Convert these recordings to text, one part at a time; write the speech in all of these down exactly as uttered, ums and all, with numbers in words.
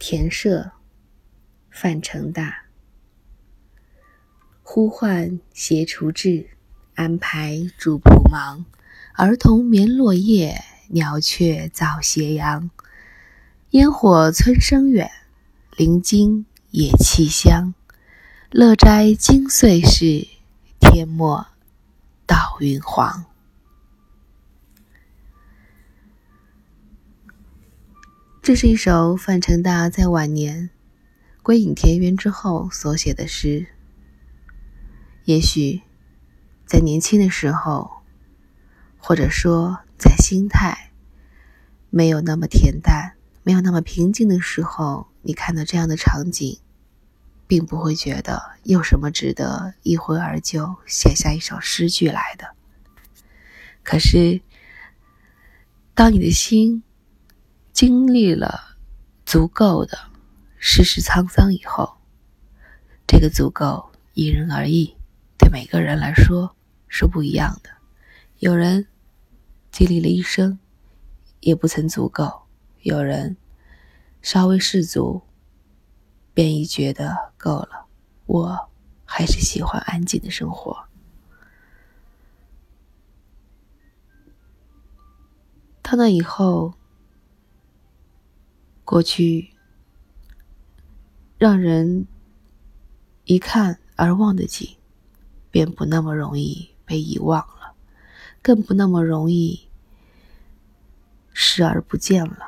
田舍，范成大。呼唤携雏至，安排主仆忙。儿童眠落叶，鸟雀噪斜阳。烟火村声远，林径野气香。乐斋经岁事，天末到云黄。这是一首范成大在晚年归隐田园之后所写的诗。也许在年轻的时候，或者说在心态没有那么恬淡，没有那么平静的时候，你看到这样的场景，并不会觉得有什么值得一挥而就写下一首诗句来的。可是当你的心经历了足够的世事沧桑以后，这个足够因人而异，对每个人来说是不一样的。有人经历了一生也不曾足够，有人稍微失足便已觉得够了，我还是喜欢安静的生活。到那以后，过去让人一看而忘的景，便不那么容易被遗忘了，更不那么容易视而不见了。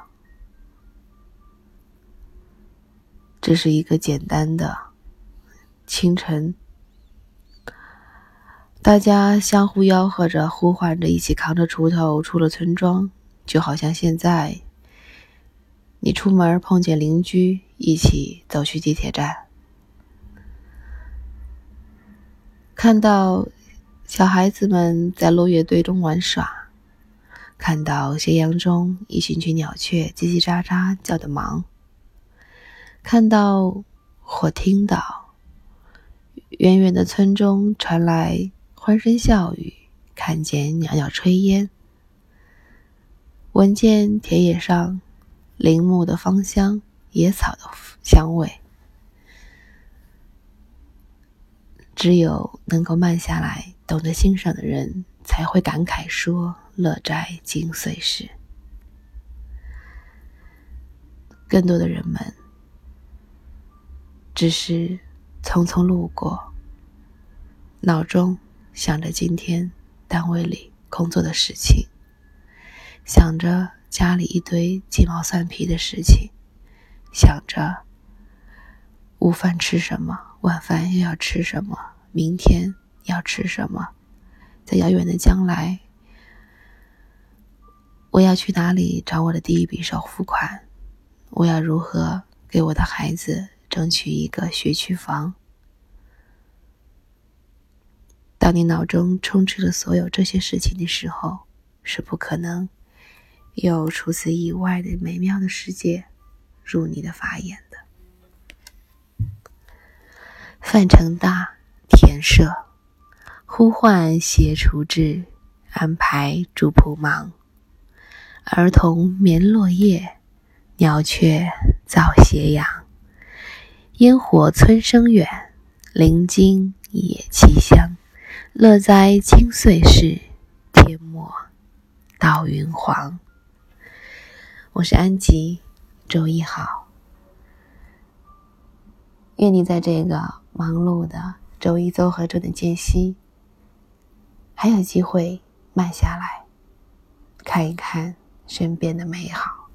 这是一个简单的清晨，大家相互吆喝着，呼唤着，一起扛着锄头出了村庄，就好像现在你出门碰见邻居，一起走去地铁站，看到小孩子们在落叶堆中玩耍，看到斜阳中一群群鸟雀叽叽喳喳叫得忙，看到或听到远远的村中传来欢声笑语，看见袅袅炊烟，闻见田野上林木的芳香，野草的香味。只有能够慢下来，懂得欣赏的人，才会感慨说乐斋经岁事。更多的人们只是匆匆路过，脑中想着今天单位里工作的事情，想着家里一堆鸡毛蒜皮的事情，想着午饭吃什么，晚饭又要吃什么，明天要吃什么，在遥远的将来我要去哪里找我的第一笔首付款，我要如何给我的孩子争取一个学区房。当你脑中充斥了所有这些事情的时候，是不可能有除此以外的美妙的世界入你的法眼的。范成大，田舍，呼唤携雏至，安排主仆忙。儿童眠落叶，鸟雀噪斜阳。烟火村声远，林径野气香。乐斋经岁事，天末到云黄。我是安吉，周一好。愿你在这个忙碌的周一综合症的间隙，还有机会慢下来，看一看身边的美好。